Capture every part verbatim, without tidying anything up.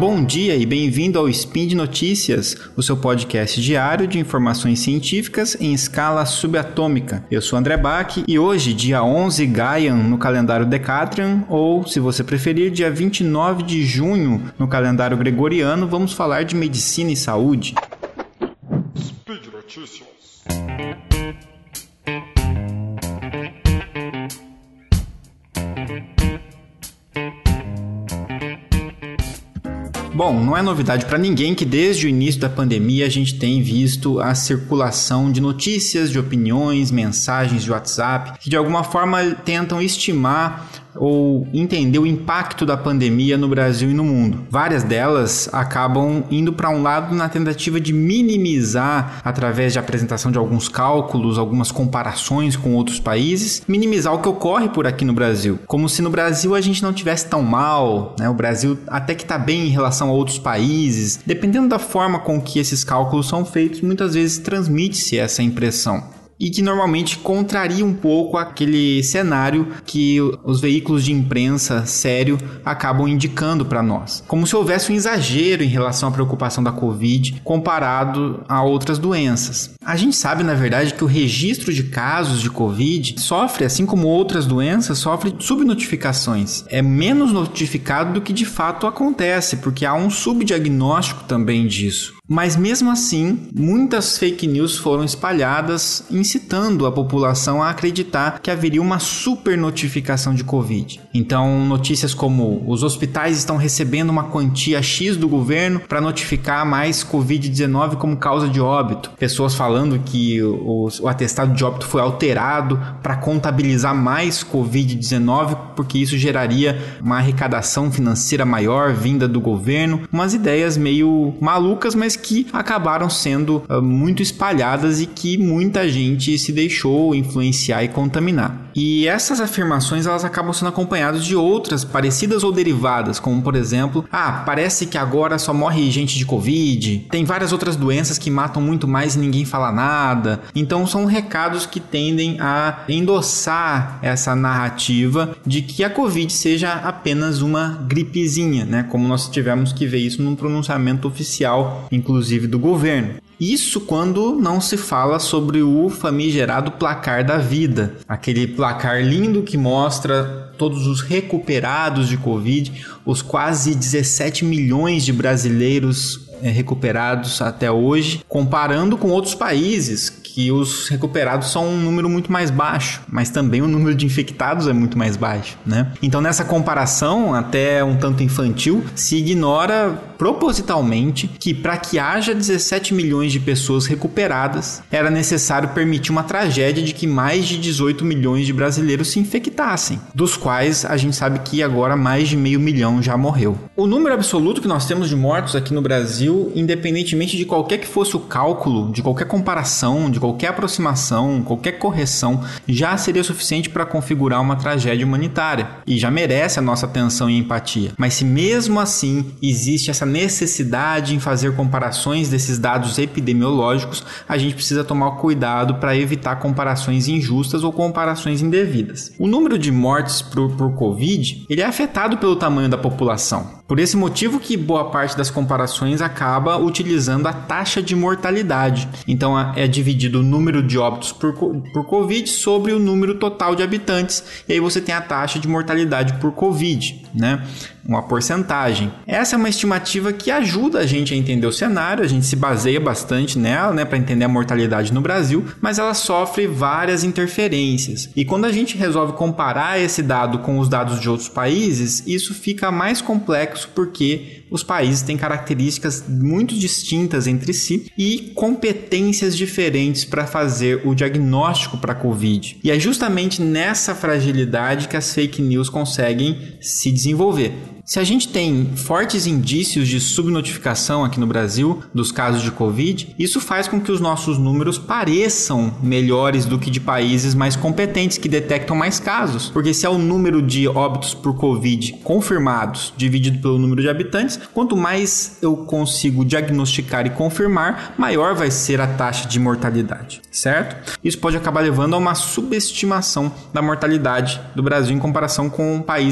Bom dia e bem-vindo ao Spin de Notícias, o seu podcast diário de informações científicas em escala subatômica. Eu sou André Bach e hoje, dia onze Gaian no calendário Decatrian, ou, se você preferir, dia vinte e nove de junho no calendário gregoriano, vamos falar de medicina e saúde. Speed Notícias. Bom, não é novidade para ninguém que desde o início da pandemia a gente tem visto a circulação de notícias, de opiniões, mensagens de WhatsApp que de alguma forma tentam estimar ou entender o impacto da pandemia no Brasil e no mundo. Várias delas acabam indo para um lado na tentativa de minimizar, através de apresentação de alguns cálculos, algumas comparações com outros países, minimizar o que ocorre por aqui no Brasil. Como se no Brasil a gente não tivesse tão mal, né? O Brasil até que está bem em relação a outros países. Dependendo da forma com que esses cálculos são feitos, muitas vezes transmite-se essa impressão. E que normalmente contraria um pouco aquele cenário que os veículos de imprensa sério acabam indicando para nós. Como se houvesse um exagero em relação à preocupação da Covid comparado a outras doenças. A gente sabe, na verdade, que o registro de casos de Covid sofre, assim como outras doenças, sofre subnotificações. É menos notificado do que de fato acontece, porque há um subdiagnóstico também disso. Mas mesmo assim, muitas fake news foram espalhadas, incitando a população a acreditar que haveria uma super notificação de Covid. Então, notícias como os hospitais estão recebendo uma quantia X do governo para notificar mais covid dezenove como causa de óbito. Pessoas falando que o, o atestado de óbito foi alterado para contabilizar mais covid dezenove, porque isso geraria uma arrecadação financeira maior vinda do governo. Umas ideias meio malucas, mas que acabaram sendo uh, muito espalhadas e que muita gente se deixou influenciar e contaminar. E essas afirmações elas acabam sendo acompanhadas de outras parecidas ou derivadas, como por exemplo, ah, parece que agora só morre gente de Covid, tem várias outras doenças que matam muito mais e ninguém fala nada. Então são recados que tendem a endossar essa narrativa de que a Covid seja apenas uma gripezinha, né? Como nós tivemos que ver isso num pronunciamento oficial, inclusive do governo. Isso quando não se fala sobre o famigerado placar da vida, aquele placar lindo que mostra todos os recuperados de Covid, os quase dezessete milhões de brasileiros recuperados até hoje, comparando com outros países que os recuperados são um número muito mais baixo, mas também o número de infectados é muito mais baixo, né? Então nessa comparação, até um tanto infantil, se ignora propositalmente que para que haja dezessete milhões de pessoas recuperadas, era necessário permitir uma tragédia de que mais de dezoito milhões de brasileiros se infectassem, dos quais a gente sabe que agora mais de meio milhão já morreu. O número absoluto que nós temos de mortos aqui no Brasil, independentemente de qualquer que fosse o cálculo, de qualquer comparação, de qualquer aproximação, qualquer correção, já seria suficiente para configurar uma tragédia humanitária e já merece a nossa atenção e empatia. Mas se mesmo assim existe essa necessidade em fazer comparações desses dados epidemiológicos, a gente precisa tomar cuidado para evitar comparações injustas ou comparações indevidas. O número de mortes por, por Covid, ele é afetado pelo tamanho da população. Por esse motivo que boa parte das comparações acaba utilizando a taxa de mortalidade. Então é dividido o número de óbitos por, por Covid sobre o número total de habitantes. E aí você tem a taxa de mortalidade por Covid, né? Uma porcentagem. Essa é uma estimativa que ajuda a gente a entender o cenário, a gente se baseia bastante nela, né, para entender a mortalidade no Brasil, mas ela sofre várias interferências. E quando a gente resolve comparar esse dado com os dados de outros países, isso fica mais complexo porque os países têm características muito distintas entre si e competências diferentes para fazer o diagnóstico para a Covid. E é justamente nessa fragilidade que as fake news conseguem se desenvolver. Se a gente tem fortes indícios de subnotificação aqui no Brasil dos casos de Covid, isso faz com que os nossos números pareçam melhores do que de países mais competentes que detectam mais casos. Porque se é o número de óbitos por Covid confirmados dividido pelo número de habitantes, quanto mais eu consigo diagnosticar e confirmar, maior vai ser a taxa de mortalidade, certo? Isso pode acabar levando a uma subestimação da mortalidade do Brasil em comparação com países que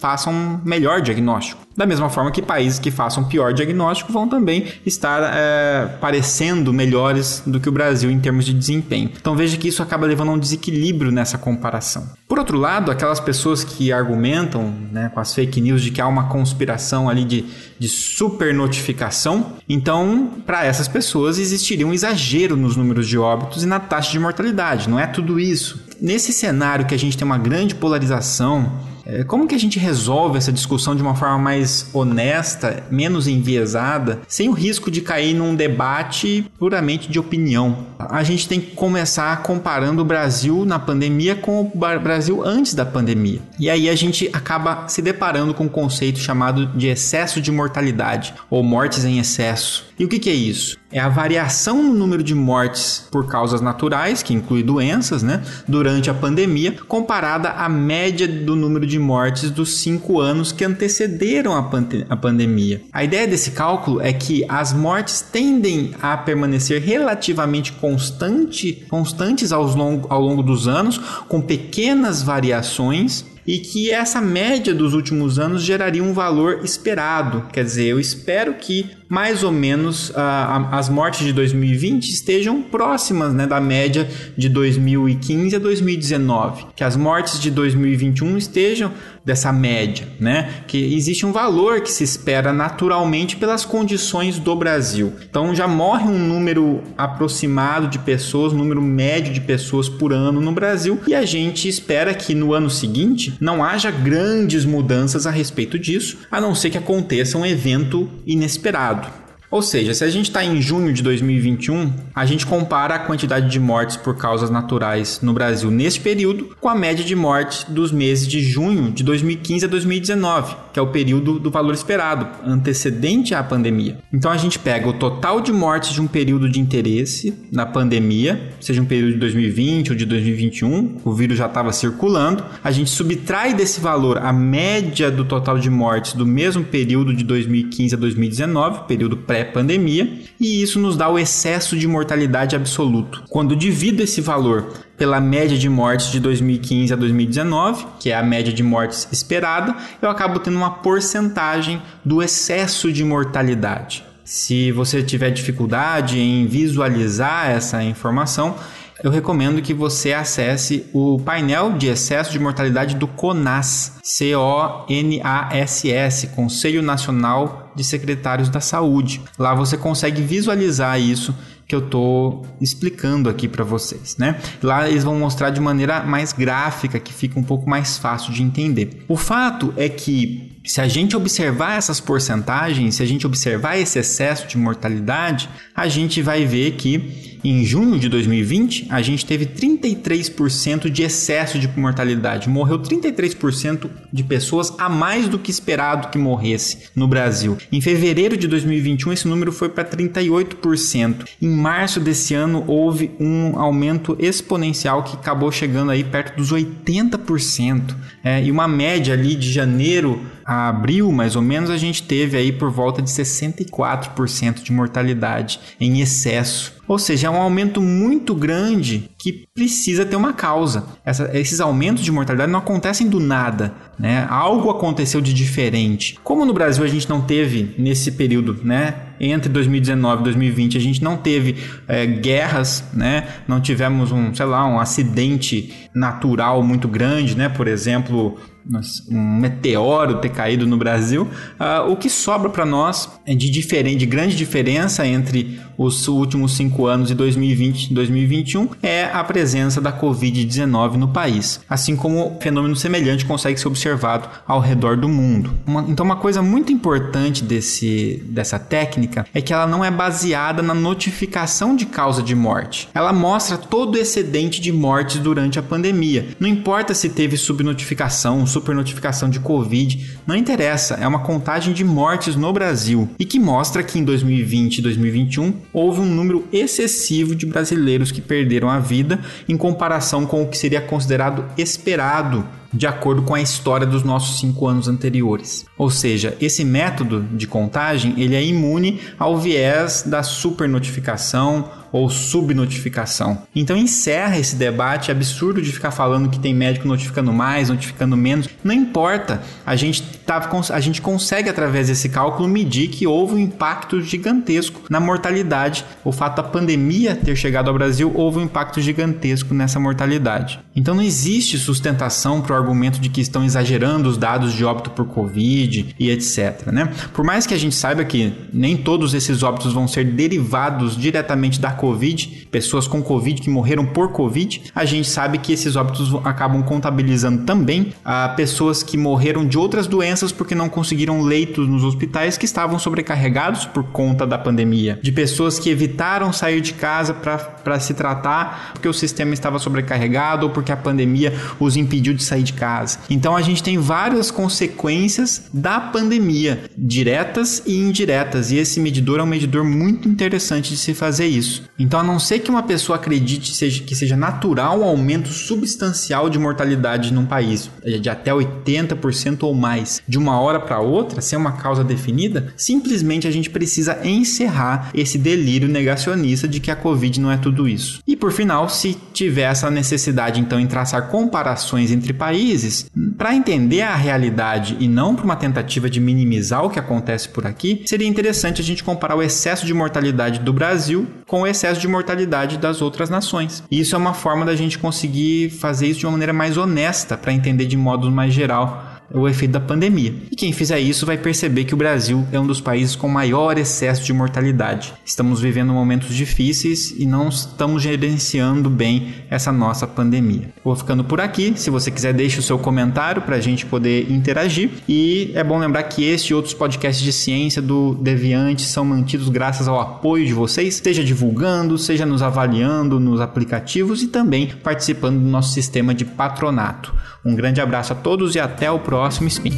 façam um melhor diagnóstico. Da mesma forma que países que façam pior diagnóstico vão também estar é, parecendo melhores do que o Brasil em termos de desempenho. Então veja que isso acaba levando a um desequilíbrio nessa comparação. Por outro lado, aquelas pessoas que argumentam, né, com as fake news de que há uma conspiração ali de, de super notificação, então para essas pessoas existiria um exagero nos números de óbitos e na taxa de mortalidade. Não é tudo isso. Nesse cenário que a gente tem uma grande polarização, como que a gente resolve essa discussão de uma forma mais honesta, menos enviesada, sem o risco de cair num debate puramente de opinião? A gente tem que começar comparando o Brasil na pandemia com o Brasil antes da pandemia. E aí a gente acaba se deparando com um conceito chamado de excesso de mortalidade, ou mortes em excesso. E o que que é isso? É a variação no número de mortes por causas naturais, que inclui doenças, né, durante a pandemia, comparada à média do número de mortes dos cinco anos que antecederam a, pande- a pandemia. A ideia desse cálculo é que as mortes tendem a permanecer relativamente constante, constantes aos long- ao longo dos anos, com pequenas variações, e que essa média dos últimos anos geraria um valor esperado. Quer dizer, eu espero que mais ou menos uh, as mortes de dois mil e vinte estejam próximas, né, da média de dois mil e quinze a dois mil e dezenove. Que as mortes de dois mil e vinte e um estejam dessa média, né? Que existe um valor que se espera naturalmente pelas condições do Brasil. Então já morre um número aproximado de pessoas, um número médio de pessoas por ano no Brasil, e a gente espera que no ano seguinte não haja grandes mudanças a respeito disso, a não ser que aconteça um evento inesperado. Ou seja, se a gente está em junho de dois mil e vinte e um, a gente compara a quantidade de mortes por causas naturais no Brasil neste período com a média de mortes dos meses de junho de dois mil e quinze a dois mil e dezenove, que é o período do valor esperado, antecedente à pandemia. Então a gente pega o total de mortes de um período de interesse na pandemia, seja um período de dois mil e vinte ou de dois mil e vinte e um, o vírus já estava circulando, a gente subtrai desse valor a média do total de mortes do mesmo período de dois mil e quinze a dois mil e dezenove, período pré pandemia, e isso nos dá o excesso de mortalidade absoluto. Quando divido esse valor pela média de mortes de dois mil e quinze a dois mil e dezenove, que é a média de mortes esperada, eu acabo tendo uma porcentagem do excesso de mortalidade. Se você tiver dificuldade em visualizar essa informação, eu recomendo que você acesse o painel de excesso de mortalidade do CONASS, C O N A S S, Conselho Nacional de Secretários da Saúde. Lá você consegue visualizar isso que eu estou explicando aqui para vocês, né? Lá eles vão mostrar de maneira mais gráfica, que fica um pouco mais fácil de entender. O fato é que se a gente observar essas porcentagens, se a gente observar esse excesso de mortalidade, a gente vai ver que em junho de dois mil e vinte, a gente teve trinta e três por cento de excesso de mortalidade. Morreu trinta e três por cento de pessoas a mais do que esperado que morresse no Brasil. Em fevereiro de dois mil e vinte e um, esse número foi para trinta e oito por cento. Em março desse ano, houve um aumento exponencial que acabou chegando aí perto dos oitenta por cento. É, e uma média ali de janeiro a abril, mais ou menos, a gente teve aí por volta de sessenta e quatro por cento de mortalidade em excesso. Ou seja, é um aumento muito grande que precisa ter uma causa. Essa, esses aumentos de mortalidade não acontecem do nada, né? Algo aconteceu de diferente. Como no Brasil a gente não teve, nesse período, né, entre dois mil e dezenove e dois mil e vinte, a gente não teve é, guerras, né? Não tivemos um, sei lá, um acidente natural muito grande, né? Por exemplo, um meteoro ter caído no Brasil. Uh, o que sobra para nós é de, diferente, de grande diferença entre os últimos cinco anos de dois mil e vinte e dois mil e vinte e um é a presença da covid dezenove no país, assim como fenômeno semelhante consegue ser observado ao redor do mundo. Uma, então uma coisa muito importante desse, dessa técnica é que ela não é baseada na notificação de causa de morte. Ela mostra todo o excedente de mortes durante a pandemia. Não importa se teve subnotificação, supernotificação de Covid, não interessa, é uma contagem de mortes no Brasil e que mostra que em dois mil e vinte e dois mil e vinte e um houve um número excessivo de brasileiros que perderam a vida em comparação com o que seria considerado esperado de acordo com a história dos nossos cinco anos anteriores. Ou seja, esse método de contagem ele é imune ao viés da supernotificação ou subnotificação. Então encerra esse debate absurdo de ficar falando que tem médico notificando mais, notificando menos. Não importa, a gente, tá, a gente consegue através desse cálculo medir que houve um impacto gigantesco na mortalidade. O fato da pandemia ter chegado ao Brasil, houve um impacto gigantesco nessa mortalidade. Então não existe sustentação para o argumento de que estão exagerando os dados de óbito por Covid e etcétera, né? Por mais que a gente saiba que nem todos esses óbitos vão ser derivados diretamente da Covid, pessoas com Covid que morreram por Covid, a gente sabe que esses óbitos acabam contabilizando também a pessoas que morreram de outras doenças porque não conseguiram leitos nos hospitais que estavam sobrecarregados por conta da pandemia, de pessoas que evitaram sair de casa para se tratar porque o sistema estava sobrecarregado ou porque a pandemia os impediu de sair de casa. Então a gente tem várias consequências da pandemia, diretas e indiretas, e esse medidor é um medidor muito interessante de se fazer isso. Então, a não ser que uma pessoa acredite seja, que seja natural um aumento substancial de mortalidade num país, de até oitenta por cento ou mais, de uma hora para outra, sem uma causa definida, simplesmente a gente precisa encerrar esse delírio negacionista de que a Covid não é tudo isso. E por final, se tiver essa necessidade então em traçar comparações entre países, para entender a realidade e não para uma tentativa de minimizar o que acontece por aqui, seria interessante a gente comparar o excesso de mortalidade do Brasil com o excesso de mortalidade das outras nações. E isso é uma forma da gente conseguir fazer isso de uma maneira mais honesta para entender de modo mais geral o efeito da pandemia. E quem fizer isso vai perceber que o Brasil é um dos países com maior excesso de mortalidade. Estamos vivendo momentos difíceis e não estamos gerenciando bem essa nossa pandemia. Vou ficando por aqui. Se você quiser, deixe o seu comentário para a gente poder interagir. E é bom lembrar que este e outros podcasts de ciência do Deviante são mantidos graças ao apoio de vocês, seja divulgando, seja nos avaliando nos aplicativos e também participando do nosso sistema de patronato. Um grande abraço a todos e até o próximo Spin.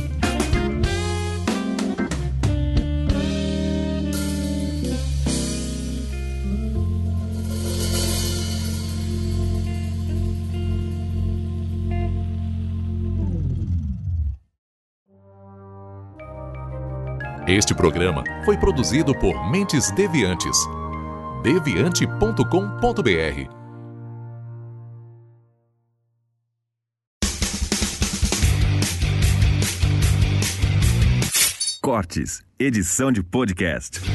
Este programa foi produzido por Mentes Deviantes. deviante ponto com ponto b r. Cortes, edição de podcast.